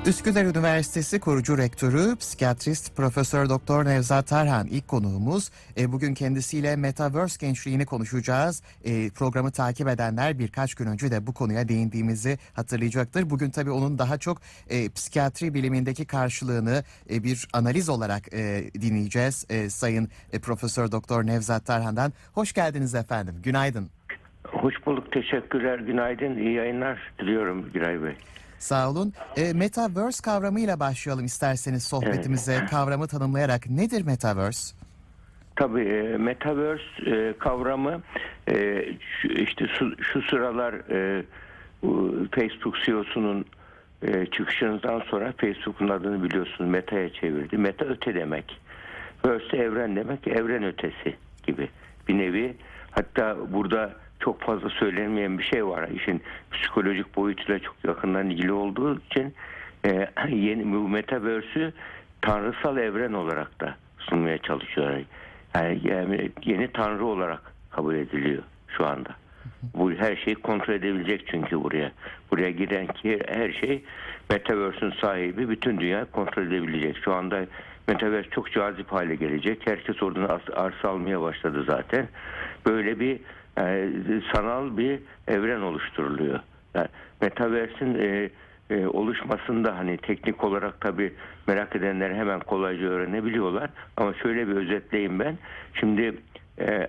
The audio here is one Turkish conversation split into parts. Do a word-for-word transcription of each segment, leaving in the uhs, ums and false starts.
Üsküdar Üniversitesi kurucu rektörü, psikiyatrist Profesör Doktor Nevzat Tarhan ilk konuğumuz. E, bugün kendisiyle Metaverse gençliğini konuşacağız. E, programı takip edenler birkaç gün önce de bu konuya değindiğimizi hatırlayacaktır. Bugün tabii onun daha çok e, psikiyatri bilimindeki karşılığını e, bir analiz olarak e, dinleyeceğiz. E, Sayın e, Profesör Doktor Nevzat Tarhan'dan. Hoş geldiniz efendim. Günaydın. Hoş bulduk. Teşekkürler. Günaydın. İyi yayınlar diliyorum Giray Bey. Sağ olun. E, Metaverse kavramıyla başlayalım isterseniz sohbetimize. Evet. Kavramı tanımlayarak nedir Metaverse? Tabii e, Metaverse e, kavramı e, şu, işte şu, şu sıralar e, Facebook C E O'sunun e, çıkışından sonra Facebook'un adını biliyorsunuz Meta'ya çevirdi. Meta öte demek. Verse evren demek. Evren ötesi gibi bir nevi. Hatta burada çok fazla söylenmeyen bir şey var. İşin psikolojik boyutuyla çok yakından ilgili olduğu için e, yeni bu Metaverse'ü tanrısal evren olarak da sunmaya çalışıyor. Yani, yani yeni tanrı olarak kabul ediliyor şu anda. Bu her şeyi kontrol edebilecek çünkü buraya. Buraya giren ki her şey Metaverse'ün sahibi bütün dünya kontrol edebilecek. Şu anda Metaverse çok cazip hale gelecek. Herkes oradan arsa almaya başladı zaten. Böyle bir e, sanal bir evren oluşturuluyor. Yani Metaverse'in e, e, oluşmasında hani teknik olarak tabii merak edenler hemen kolayca öğrenebiliyorlar. Ama şöyle bir özetleyeyim ben. Şimdi e,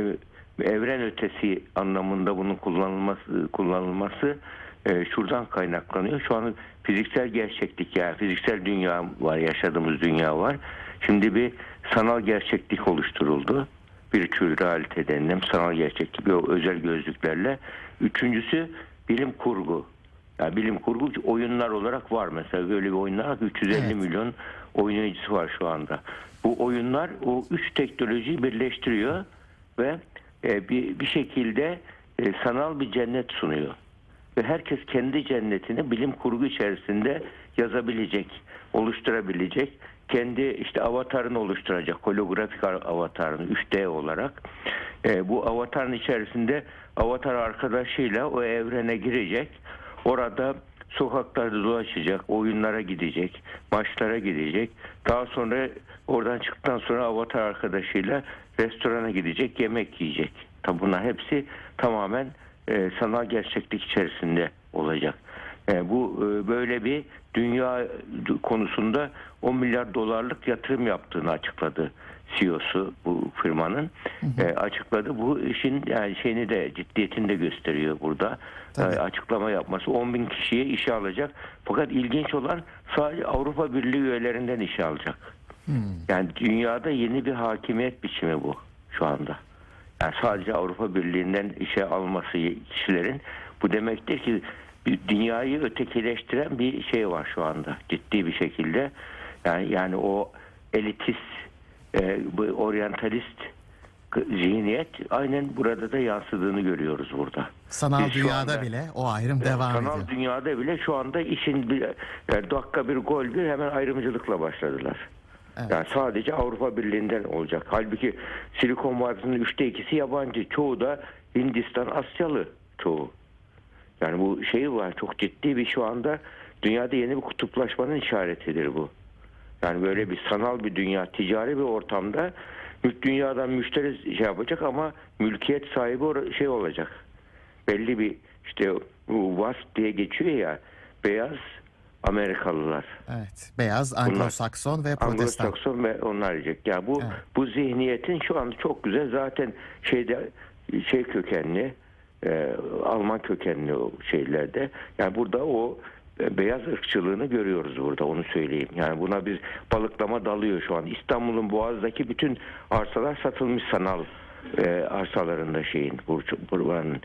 evren ötesi anlamında bunun kullanılması kullanılması e, şuradan kaynaklanıyor. Şu an fiziksel gerçeklik yani fiziksel dünya var, yaşadığımız dünya var. Şimdi bir sanal gerçeklik oluşturuldu. Virtual realite denilen sanal gerçeklik o özel gözlüklerle. Üçüncüsü bilim kurgu. Yani bilim kurgu oyunlar olarak var mesela böyle bir oyunlar üç yüz elli evet. milyon oynayıcısı var şu anda. Bu oyunlar o üç teknolojiyi birleştiriyor ve e, bir, bir şekilde e, sanal bir cennet sunuyor. Ve herkes kendi cennetini bilim kurgu içerisinde yazabilecek, oluşturabilecek. Kendi işte avatarını oluşturacak, holografik avatarını üç D olarak. E, bu avatarın içerisinde avatar arkadaşıyla o evrene girecek. Orada sokaklarda dolaşacak, oyunlara gidecek, maçlara gidecek. Daha sonra oradan çıktıktan sonra avatar arkadaşıyla restorana gidecek, yemek yiyecek. Tabi bunlar hepsi tamamen e, sanal gerçeklik içerisinde olacak. E, bu e, böyle bir dünya konusunda on milyar dolarlık yatırım yaptığını açıkladı C E O'su bu firmanın. Hı hı. E, açıkladı. Bu işin yani şeyini de ciddiyetini de gösteriyor burada. E, açıklama yapması on bin kişiye işe alacak. Fakat ilginç olan sadece Avrupa Birliği üyelerinden işe alacak. Hı. Yani dünyada yeni bir hakimiyet biçimi bu şu anda. Yani sadece Avrupa Birliği'nden işe alması kişilerin bu demektir ki bir dünyayı ötekileştiren bir şey var şu anda ciddi bir şekilde. Yani yani o elitist, e, bu oryantalist zihniyet aynen burada da yansıdığını görüyoruz burada. Sanal Biz dünyada anda, bile o ayrım devam sanal ediyor. Sanal dünyada bile şu anda işin bir, yani dakika bir gol bir hemen ayrımcılıkla başladılar. Evet. Yani sadece Avrupa Birliği'nden olacak. Halbuki Silikon Vadisi'nin üçte ikisi yabancı. Çoğu da Hindistan, Asyalı çoğu. Yani bu şey var çok ciddi bir şu anda dünyada yeni bir kutuplaşmanın işaretidir bu. Yani böyle bir sanal bir dünya, ticari bir ortamda dünyadan müşteri şey yapacak ama mülkiyet sahibi şey olacak. Belli bir işte bu W A S P diye geçiyor ya beyaz Amerikalılar. Evet, beyaz Anglo-Sakson ve Protestan. Anglo-Sakson ve onlar diyecek. Ya bu evet. bu zihniyetin şu anda çok güzel zaten şeyde şey kökenli e, Alman kökenli o şeylerde. Yani burada o e, beyaz ırkçılığını görüyoruz burada onu söyleyeyim. Yani buna biz balıklama dalıyor şu an. İstanbul'un Boğaz'daki bütün arsalar satılmış sanal e, arsalarında şeyin buranın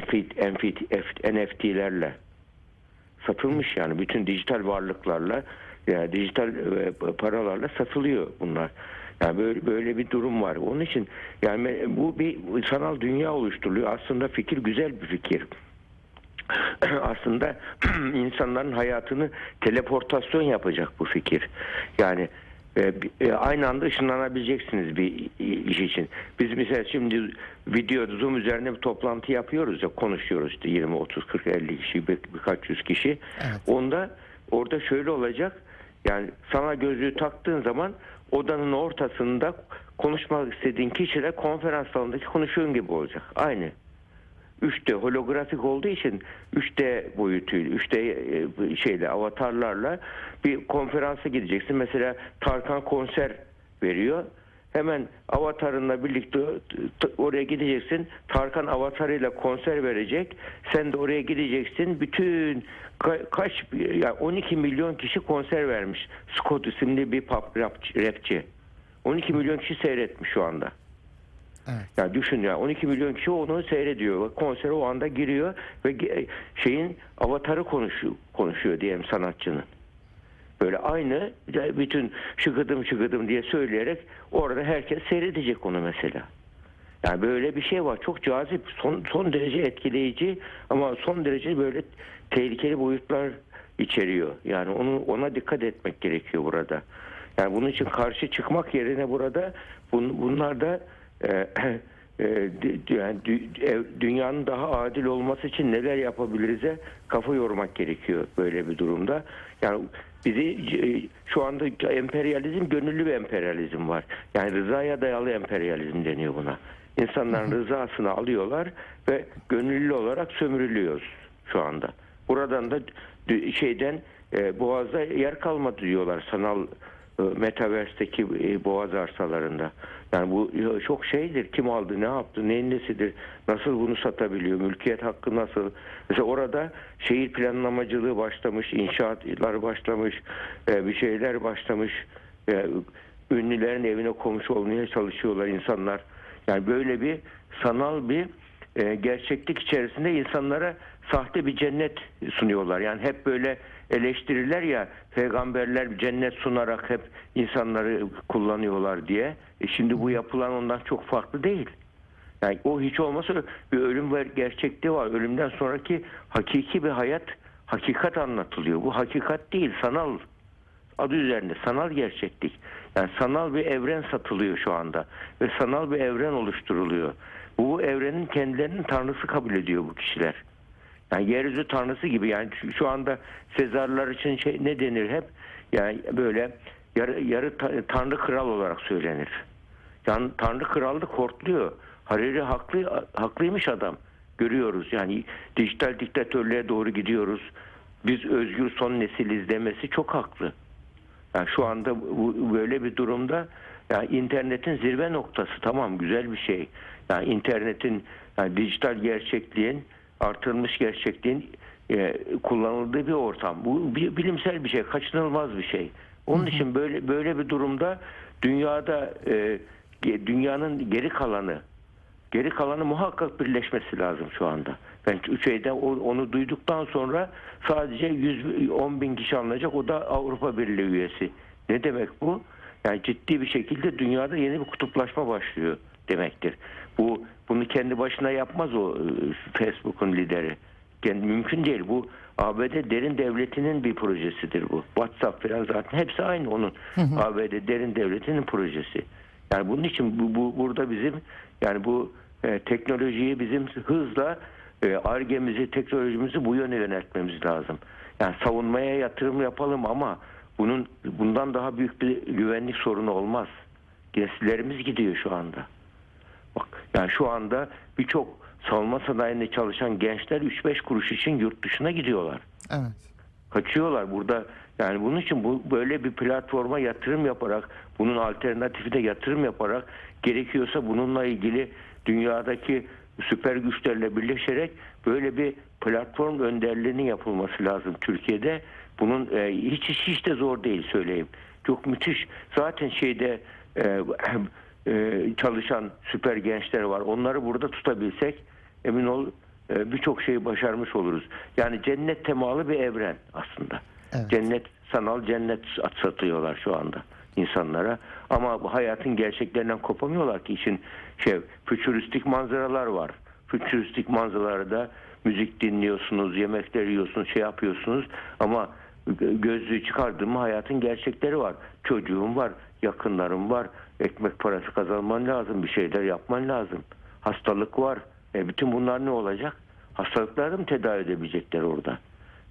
N F T'lerle satılmış yani bütün dijital varlıklarla yani dijital e, paralarla satılıyor bunlar. Yani böyle böyle bir durum var. Onun için yani bu bir sanal dünya oluşturuluyor. Aslında fikir güzel bir fikir. Aslında insanların hayatını teleportasyon yapacak bu fikir. Yani e, aynı anda ışınlanabileceksiniz bir iş için. Biz mesela şimdi video Zoom üzerine bir toplantı yapıyoruz ya konuşuyoruz işte yirmi otuz kırk elli kişi bir, birkaç yüz kişi. Evet. Onda orada şöyle olacak. Yani sana gözlüğü taktığın zaman odanın ortasında konuşmak istediğin kişiler konferans salonundaki konuşuyorsun gibi olacak. Aynı. üç D holografik olduğu için üç D boyutuyla, üç D e, şeyle, avatarlarla bir konferansa gideceksin. Mesela Tarkan konser veriyor. Hemen avatarınla birlikte oraya gideceksin. Tarkan avatarıyla konser verecek. Sen de oraya gideceksin. Bütün ka- kaç yani on iki milyon kişi konser vermiş. Scott isimli bir pop rapçi. on iki milyon kişi seyretmiş şu anda. Evet. Yani düşün ya, on iki milyon kişi onu seyrediyor. Konsere o anda giriyor ve şeyin avatarı konuşuyor, konuşuyor diyelim sanatçının. Böyle aynı bütün şıkıdım şıkıdım diye söyleyerek orada herkes seyredecek onu mesela. Yani böyle bir şey var. Çok cazip, son, son derece etkileyici ama son derece böyle tehlikeli boyutlar içeriyor. Yani onu ona dikkat etmek gerekiyor burada. Yani bunun için karşı çıkmak yerine burada bun, bunlar da e, e, yani dünyanın daha adil olması için neler yapabiliriz'e kafa yormak gerekiyor böyle bir durumda. Yani bizi şu anda emperyalizm, gönüllü bir emperyalizm var. Yani rızaya dayalı emperyalizm deniyor buna. İnsanların rızasını alıyorlar ve gönüllü olarak sömürülüyoruz şu anda. Buradan da şeyden e, Boğaz'da yer kalmadı diyorlar sanal e, Metaverse'deki e, Boğaz arsalarında. Yani bu çok şeydir. Kim aldı, ne yaptı, neyin nesidir, nasıl bunu satabiliyor, mülkiyet hakkı nasıl? Mesela orada şehir planlamacılığı başlamış, inşaatlar başlamış, e, bir şeyler başlamış. E, ünlülerin evine komşu olmaya çalışıyorlar insanlar. Yani böyle bir sanal bir e, gerçeklik içerisinde insanlara sahte bir cennet sunuyorlar. Yani hep böyle eleştirirler ya, peygamberler cennet sunarak hep insanları kullanıyorlar diye. E şimdi bu yapılan ondan çok farklı değil. Yani o hiç olmazsa bir ölüm ve gerçekliği var. Ölümden sonraki hakiki bir hayat, hakikat anlatılıyor. Bu hakikat değil, sanal. Adı üzerinde sanal gerçeklik. Yani sanal bir evren satılıyor şu anda ve sanal bir evren oluşturuluyor. Bu evrenin kendilerinin tanrısı kabul ediyor bu kişiler. Yani yeryüzü tanrısı gibi. Yani şu anda Sezarlar için şey ne denir hep? Yani böyle yarı, yarı tanrı kral olarak söylenir. Yani tanrı krallık hortluyor. Hariri haklı haklıymış adam. Görüyoruz yani dijital diktatörlüğe doğru gidiyoruz. Biz özgür son nesiliz demesi çok haklı. Yani şu anda bu, böyle bir durumda yani internetin zirve noktası, tamam, güzel bir şey. Yani internetin, yani dijital gerçekliğin, artırılmış gerçekliğin e, kullanıldığı bir ortam. Bu bir, bilimsel bir şey, kaçınılmaz bir şey. Onun hı hı. için böyle böyle bir durumda dünyada e, dünyanın geri kalanı Geri kalanı muhakkak birleşmesi lazım şu anda. Ben üç şeyden onu duyduktan sonra sadece yüz on bin kişi alınacak. O da Avrupa Birliği üyesi. Ne demek bu? Yani ciddi bir şekilde dünyada yeni bir kutuplaşma başlıyor demektir. Bu bunu kendi başına yapmaz o Facebook'un lideri. Yani mümkün değil. Bu A B D derin devletinin bir projesidir bu. WhatsApp falan zaten hepsi aynı onun. Hı hı. A B D derin devletinin projesi. Yani bunun için bu, bu burada bizim yani bu e, teknolojiyi bizim hızla Ar-Ge'mizi, e, teknolojimizi bu yöne yöneltmemiz lazım. Yani savunmaya yatırım yapalım ama bunun bundan daha büyük bir güvenlik sorunu olmaz. Gençlerimiz gidiyor şu anda. Bak yani şu anda birçok savunma sanayinde çalışan gençler üç beş kuruş için yurt dışına gidiyorlar. Evet. Kaçıyorlar burada. Yani bunun için bu böyle bir platforma yatırım yaparak, bunun alternatifine yatırım yaparak, gerekiyorsa bununla ilgili dünyadaki süper güçlerle birleşerek böyle bir platform önderliğinin yapılması lazım Türkiye'de. Bunun e, hiç, hiç hiç de zor değil söyleyeyim. Çok müthiş. Zaten şeyde e, e, çalışan süper gençler var. Onları burada tutabilsek emin ol e, birçok şeyi başarmış oluruz. Yani cennet temalı bir evren aslında. Evet. Cennet, sanal cennet satıyorlar şu anda insanlara. Ama bu hayatın gerçeklerinden kopamıyorlar ki, için şey, fütüristik manzaralar var. Fütüristik manzaralarda müzik dinliyorsunuz, yemekler yiyorsunuz, şey yapıyorsunuz ama gözlüğü çıkardığım hayatın gerçekleri var. Çocuğum var, yakınlarım var, ekmek parası kazanman lazım, bir şeyler yapman lazım. Hastalık var. E bütün bunlar ne olacak? Hastalıkları mı tedavi edebilecekler orada?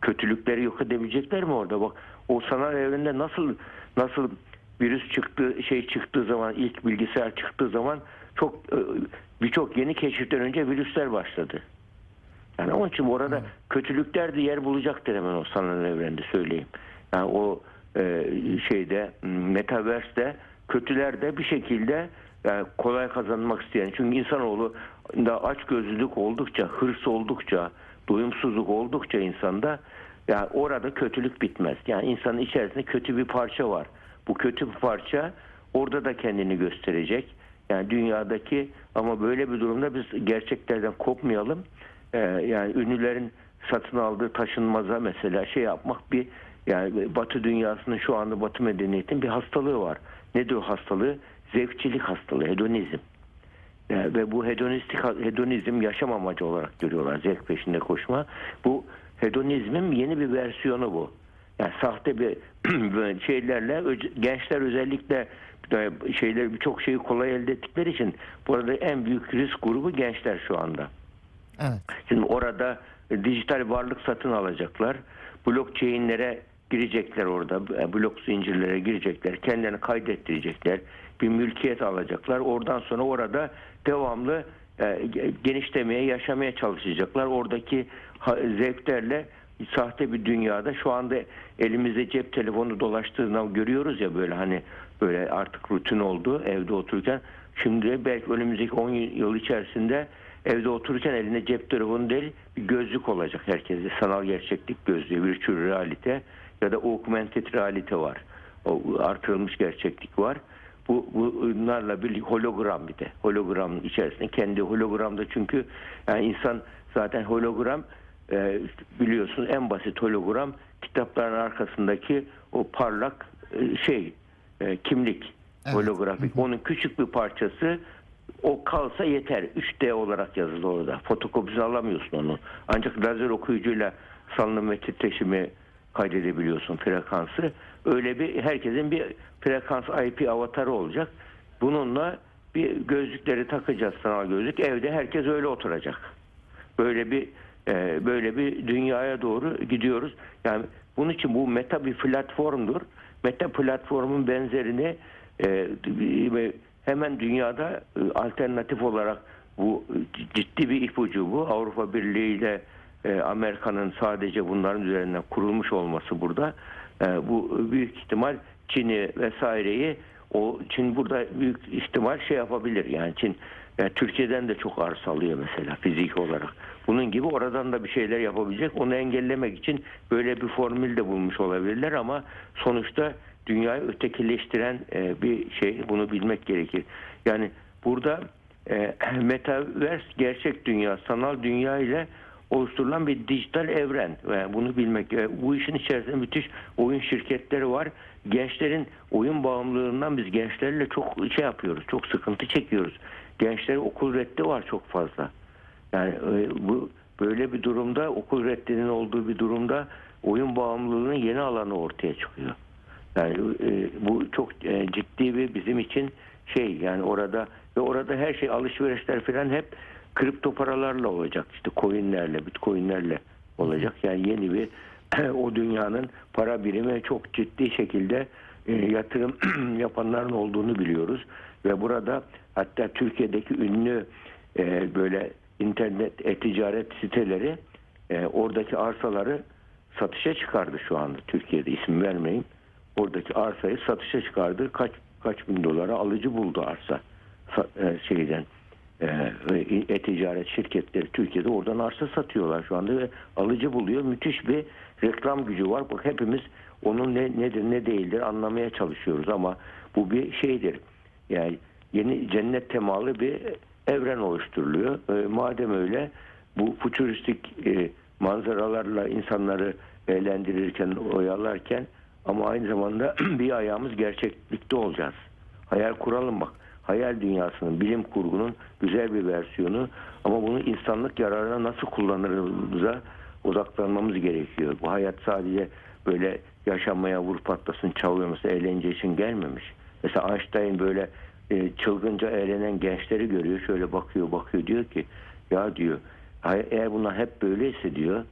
kötülükleri yok edebilecekler mi orada? Bak, o sanal evrende nasıl nasıl virüs çıktı, şey çıktığı zaman, ilk bilgisayar çıktığı zaman çok birçok yeni keşiften önce virüsler başladı. Yani onun için orada evet. kötülükler de yer bulacaktır hemen o sanal evrende, söyleyeyim. Yani o e, şeyde, Metaverse'de kötüler de bir şekilde yani kolay kazanmak isteyen. Çünkü insanoğlu da açgözlülük oldukça, hırs oldukça, doyumsuzluk oldukça insanda, yani orada kötülük bitmez. Yani insanın içerisinde kötü bir parça var. Bu kötü bir parça orada da kendini gösterecek. Yani dünyadaki, ama böyle bir durumda biz gerçeklerden kopmayalım. Ee, yani ünlülerin satın aldığı taşınmaza mesela şey yapmak, bir yani Batı dünyasının şu anda Batı medeniyetinin bir hastalığı var. Nedir o hastalığı? Zevkçilik hastalığı, hedonizm. Yani ve bu hedonistik hedonizm yaşam amacı olarak görüyorlar, zevk peşinde koşma. Bu hedonizmin yeni bir versiyonu bu. Yani sahte bir şeylerle gençler özellikle şeyler birçok şeyi kolay elde ettikleri için burada en büyük risk grubu gençler şu anda. Evet. Şimdi orada dijital varlık satın alacaklar. Blockchain'lere girecekler orada. Blok zincirlere girecekler. Kendilerini kaydettirecekler. Bir mülkiyet alacaklar. Oradan sonra orada devamlı e, genişlemeye, yaşamaya çalışacaklar. Oradaki ha, zevklerle sahte bir dünyada, şu anda elimizde cep telefonu dolaştığında görüyoruz ya, böyle hani böyle artık rutin oldu evde otururken. Şimdi belki önümüzdeki on yıl içerisinde evde otururken elinde cep telefonu değil, bir gözlük olacak herkese. Sanal gerçeklik gözlüğü, virtual realite ya da augmented realite var. O artırılmış gerçeklik var. Bu bunlarla bir hologram, bir de hologramın içerisinde kendi hologramda, çünkü yani insan zaten hologram e, biliyorsunuz, en basit hologram kitapların arkasındaki o parlak e, şey e, kimlik, evet. Holografik. Hı hı. Onun küçük bir parçası. O kalsa yeter. üç D olarak yazılı orada. Fotokopisini alamıyorsun onu. Ancak lazer okuyucuyla salınım ve titreşimi kaydedebiliyorsun, frekansı. Öyle bir, herkesin bir frekans I P avatarı olacak. Bununla bir gözlükleri takacağız, sanal gözlük. Evde herkes öyle oturacak. Böyle bir e, böyle bir dünyaya doğru gidiyoruz. Yani bunun için bu meta bir platformdur. Meta platformun benzerini e, hemen dünyada alternatif olarak, bu ciddi bir ipucu bu. Avrupa Birliği ile e, Amerika'nın sadece bunların üzerinden kurulmuş olması burada. E, bu büyük ihtimal Çin'i vesaireyi, o Çin burada büyük ihtimal şey yapabilir. Yani Çin yani Türkiye'den de çok arsa alıyor mesela fizik olarak. Bunun gibi oradan da bir şeyler yapabilecek. Onu engellemek için böyle bir formül de bulmuş olabilirler, ama sonuçta dünyayı ötekileştiren e, bir şey. Bunu bilmek gerekir. Yani burada e, Metaverse gerçek dünya, sanal dünya ile oluşturulan bir dijital evren. Yani bunu bilmek. E, bu işin içerisinde müthiş oyun şirketleri var. Gençlerin oyun bağımlılığından biz gençlerle çok şey yapıyoruz. Çok sıkıntı çekiyoruz. Gençlerin okul reddi var çok fazla. Yani e, bu böyle bir durumda, okul reddinin olduğu bir durumda oyun bağımlılığının yeni alanı ortaya çıkıyor. Yani e, bu çok e, ciddi bir bizim için şey, yani orada ve orada her şey, alışverişler falan hep kripto paralarla olacak. İşte coinlerle, bitcoinlerle olacak. Yani yeni bir o dünyanın para birimi çok ciddi şekilde e, yatırım yapanların olduğunu biliyoruz. Ve burada hatta Türkiye'deki ünlü e, böyle internet e-ticaret siteleri e, oradaki arsaları satışa çıkardı şu anda. Türkiye'de isim vermeyeyim. Oradaki arsayı satışa çıkardı. Kaç kaç bin dolara alıcı buldu arsa e, şeyden. E-ticaret şirketleri Türkiye'de oradan arsa satıyorlar şu anda ve alıcı buluyor. Müthiş bir reklam gücü var. Bak, hepimiz onun ne nedir ne değildir anlamaya çalışıyoruz, ama bu bir şeydir. Yani yeni cennet temalı bir evren oluşturuluyor. E, madem öyle, bu fütüristik e, manzaralarla insanları eğlendirirken, oyalarken, ama aynı zamanda bir ayağımız gerçeklikte olacağız. Hayal kuralım bak. Hayal dünyasının, bilim kurgunun güzel bir versiyonu, ama bunu insanlık yararına nasıl kullanırımıza odaklanmamız gerekiyor. Bu hayat sadece böyle yaşamaya, vur patlasın, çalıyorması, eğlence için gelmemiş. Mesela Einstein böyle e, çılgınca eğlenen gençleri görüyor. Şöyle bakıyor bakıyor, diyor ki ya diyor, eğer bunlar hep böyleyse diyor,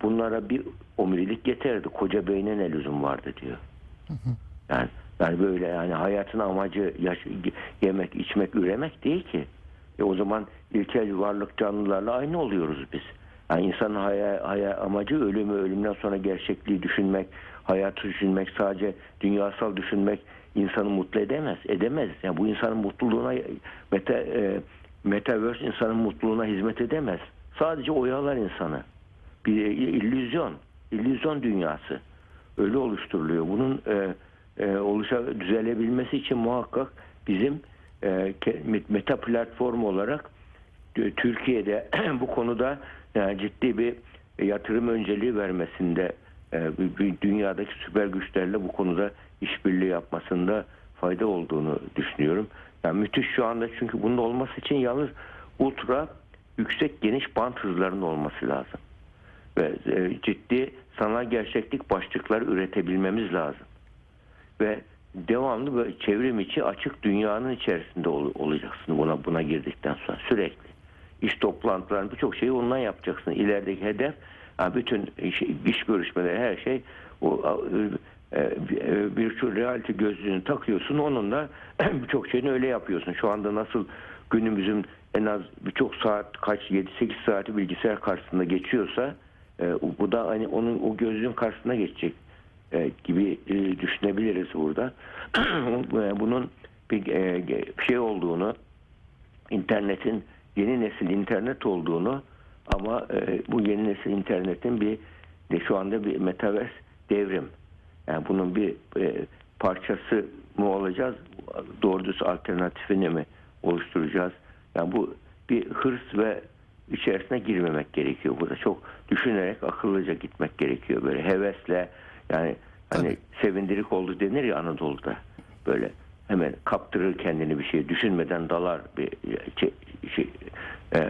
bunlara bir omurilik yeterdi. Koca beyne ne lüzum vardı diyor. Yani yani böyle yani hayatın amacı yaş, yemek, içmek, üremek değil ki. E o zaman ilkel varlık canlılarla aynı oluyoruz biz. Yani insanın haya, haya, amacı ölümü, ölümden sonra gerçekliği düşünmek, hayatı düşünmek, sadece dünyasal düşünmek insanı mutlu edemez. Edemez. Yani bu insanın mutluluğuna meta, e, Metaverse insanın mutluluğuna hizmet edemez. Sadece oyalar insanı. Bir illüzyon. İllüzyon dünyası. Öyle oluşturuluyor. Bunun e, e, oluşa düzelebilmesi için muhakkak bizim e, meta platform olarak e, Türkiye'de bu konuda yani ciddi bir yatırım önceliği vermesinde e, dünyadaki süper güçlerle bu konuda işbirliği yapmasında fayda olduğunu düşünüyorum. Yani müthiş şu anda, çünkü bunun olması için yalnız ultra yüksek geniş bant hızlarının olması lazım. Ve e, ciddi sanal gerçeklik başlıkları üretebilmemiz lazım. Ve devamlı böyle çevrim içi açık dünyanın içerisinde ol, olacaksın buna buna girdikten sonra sürekli. İş toplantılarının birçok şeyi ondan yapacaksın. İlerideki hedef yani bütün iş, iş görüşmeleri, her şey o e, virtual reality gözlüğünü takıyorsun, onunla birçok şeyini öyle yapıyorsun. Şu anda nasıl günümüzün en az birçok saat, kaç yedi sekiz saati bilgisayar karşısında geçiyorsa e, bu da hani onun o gözlüğün karşısına geçecek e, gibi e, düşünebiliriz burada. Bunun bir e, şey olduğunu, internetin yeni nesil internet olduğunu, ama e, bu yeni nesil internetin bir de şu anda bir metaverse devrim. Yani bunun bir e, parçası mı olacağız? Doğru düz alternatifini mi oluşturacağız? Yani bu bir hırs ve içerisine girmemek gerekiyor. Burada çok düşünerek akıllıca gitmek gerekiyor. Böyle hevesle, yani hani Tabii. sevindirik oldu denir ya Anadolu'da. Böyle hemen kaptırır kendini, bir şey düşünmeden dalar bir şey, şey e,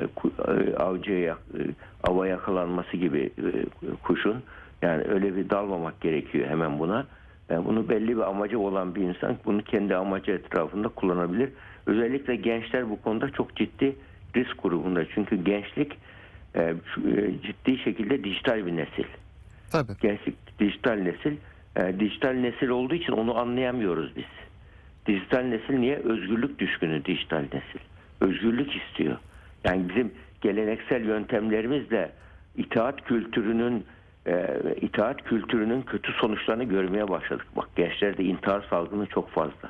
avcıya e, ava yakalanması gibi e, kuşun. Yani öyle bir dalmamak gerekiyor hemen buna. Yani bunu belli bir amacı olan bir insan bunu kendi amacı etrafında kullanabilir. Özellikle gençler bu konuda çok ciddi risk grubunda. Çünkü gençlik e, ciddi şekilde dijital bir nesil. Tabii. Gençlik dijital nesil. E, dijital nesil olduğu için onu anlayamıyoruz biz. Dijital nesil niye? Özgürlük düşkünü dijital nesil. Özgürlük istiyor. Yani bizim geleneksel yöntemlerimizle itaat kültürünün e, itaat kültürünün kötü sonuçlarını görmeye başladık. Bak, gençlerde intihar salgını çok fazla.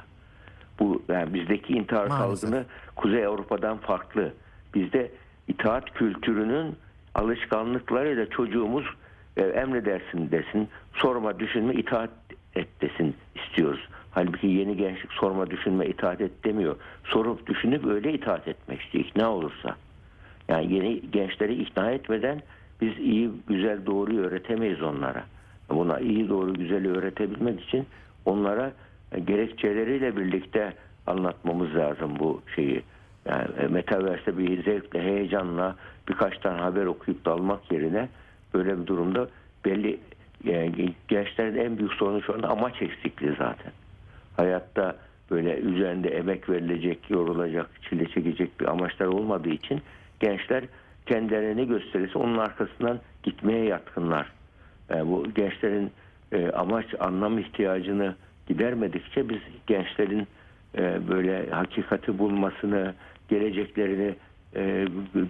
Bu yani bizdeki intihar Maalesef. salgını Kuzey Avrupa'dan farklı. Bizde itaat kültürünün alışkanlıklarıyla çocuğumuz e, emredersin desin, sorma düşünme itaat et desin istiyoruz. Halbuki yeni gençlik sorma düşünme itaat et demiyor. Sorup düşünüp öyle itaat etmek istiyor, ikna olursa. Yani yeni gençleri ikna etmeden biz iyi, güzel, doğruyu öğretemeyiz onlara. Buna iyi, doğru, güzeli öğretebilmek için onlara gerekçeleriyle birlikte anlatmamız lazım bu şeyi. Yani Metaverse'de bir zevkle, heyecanla birkaç tane haber okuyup dalmak yerine böyle bir durumda belli, yani gençlerin en büyük sorunu şu anda amaç eksikliği zaten. Hayatta böyle üzerinde emek verilecek, yorulacak, çile çekecek bir amaçlar olmadığı için gençler kendilerine ne gösterirse onun arkasından gitmeye yatkınlar. Yani bu gençlerin e, amaç, anlam ihtiyacını gidermedikçe biz gençlerin e, böyle hakikati bulmasını, geleceklerini e,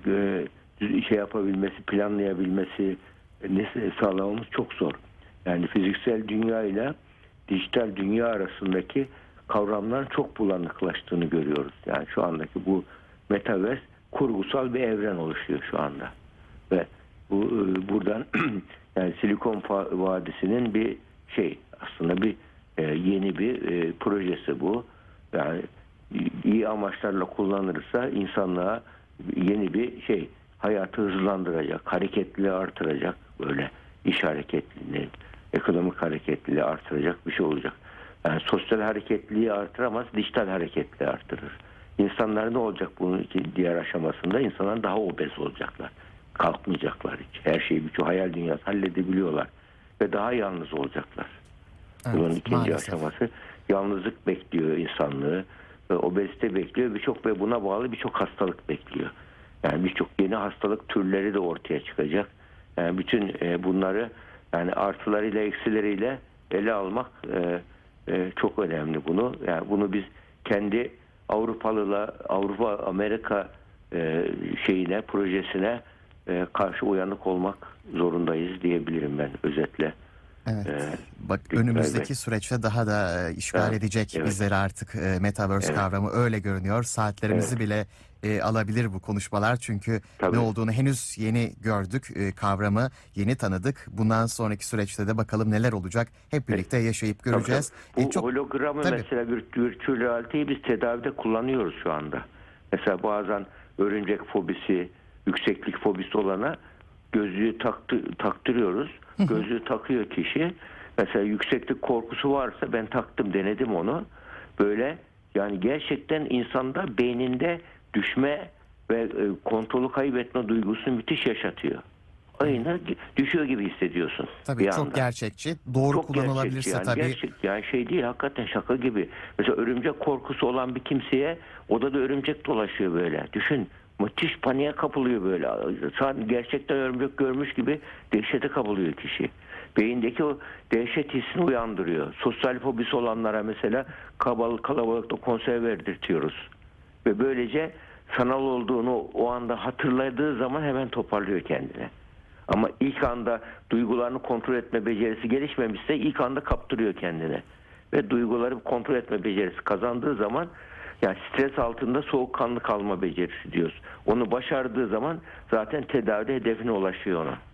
e, şey yapabilmesi, planlayabilmesi ne sağlamamız çok zor. Yani fiziksel dünya ile dijital dünya arasındaki kavramların çok bulanıklaştığını görüyoruz. Yani şu andaki bu metaverse kurgusal bir evren oluşuyor şu anda. Ve bu buradan yani Silikon Vadisi'nin bir şey, aslında bir e, yeni bir e, projesi bu. Yani iyi amaçlarla kullanılırsa insanlığa yeni bir şey, hayatı hızlandıracak, hareketliliği artıracak, böyle iş hareketliliğini, ekonomik hareketliliği artıracak bir şey olacak. Yani sosyal hareketliliği artıramaz, dijital hareketliliği artırır. İnsanlar ne olacak bunun iki diğer aşamasında? İnsanlar daha obez olacaklar. Kalkmayacaklar hiç. Her şeyi, birçok hayal dünyası halledebiliyorlar. Ve daha yalnız olacaklar. Evet, Bunun ikinci maalesef. aşaması yalnızlık bekliyor insanlığı. Ve obezite bekliyor. Birçok ve buna bağlı birçok hastalık bekliyor. Yani birçok yeni hastalık türleri de ortaya çıkacak. Yani bütün e, bunları yani artılarıyla eksileriyle ele almak e, e, çok önemli bunu. Yani bunu biz kendi Avrupalıla Avrupa Amerika e, şeyine projesine e, karşı uyanık olmak zorundayız diyebilirim ben özetle. Evet. Ee, Bak Güngör önümüzdeki Bey. süreçte daha da e, işgal Evet, edecek evet, bizleri artık e, Metaverse evet, kavramı öyle görünüyor. Saatlerimizi evet. bile e, alabilir bu konuşmalar çünkü ne Tabii. olduğunu henüz yeni gördük, e, kavramı yeni tanıdık. Bundan sonraki süreçte de bakalım neler olacak hep birlikte yaşayıp Tabii, tabii. göreceğiz. E, Bu çok hologramı tabii. mesela vir- virtual realiteyi biz tedavide kullanıyoruz şu anda. Mesela bazen örümcek fobisi, yükseklik fobisi olana gözlüğü taktı, taktırıyoruz. Gözlüğü takıyor kişi. Mesela yükseklik korkusu varsa ben taktım, denedim onu. Böyle yani gerçekten insanda beyninde düşme ve e, kontrolü kaybetme duygusunu müthiş yaşatıyor. Aynen düşüyor gibi hissediyorsun Tabii bir çok anda. gerçekçi. Doğru Çok gerçekçi kullanılabilirse yani, tabii. gerçek yani şey değil, hakikaten şaka gibi. Mesela örümcek korkusu olan bir kimseye odada örümcek dolaşıyor böyle. Düşün, müthiş paniğe kapılıyor böyle. Sadece gerçekten örümcek görmüş gibi dehşete kapılıyor kişi. Beyindeki o dehşet hissini uyandırıyor. Sosyal fobisi olanlara mesela kalabalık, kalabalıkta konser verdirtiyoruz. Ve böylece sanal olduğunu o anda hatırladığı zaman hemen toparlıyor kendini. Ama ilk anda duygularını kontrol etme becerisi gelişmemişse ilk anda kaptırıyor kendine. Ve duyguları kontrol etme becerisi kazandığı zaman yani stres altında soğukkanlı kalma becerisi diyoruz. Onu başardığı zaman zaten tedavide hedefine ulaşıyor ona.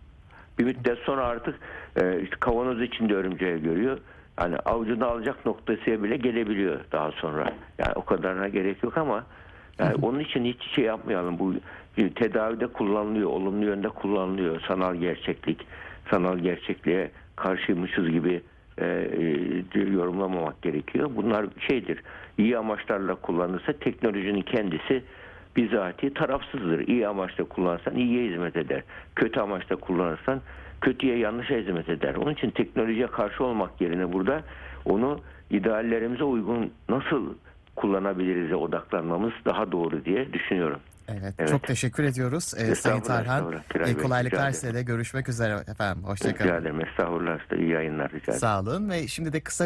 Bir müddet sonra artık e, işte kavanoz içinde örümceği görüyor. Hani avucunu alacak noktasıya bile gelebiliyor daha sonra. Yani o kadarına gerek yok ama yani onun için hiç şey yapmayalım. Bu tedavide kullanılıyor, olumlu yönde kullanılıyor. Sanal gerçeklik, sanal gerçekliğe karşıymışız gibi e, e, yorumlamamak gerekiyor. Bunlar şeydir. İyi amaçlarla kullanırsa teknolojinin kendisi bizatihi tarafsızdır. İyi amaçla kullanırsan iyiye hizmet eder. Kötü amaçla kullanırsan kötüye, yanlışa hizmet eder. Onun için teknolojiye karşı olmak yerine burada onu ideallerimize uygun nasıl kullanabiliriz'e odaklanmamız daha doğru diye düşünüyorum. Evet, Evet. çok teşekkür ediyoruz e, Sayın Estağfurullah, Tarhan. estağfurullah. Kiray E, Bey, kolaylıklar rica size ederim. de görüşmek üzere efendim. Rica Hoşçakalın. ederim. Estağfurullah. İyi yayınlar. Rica ederim. Sağ olun ve şimdi de kısa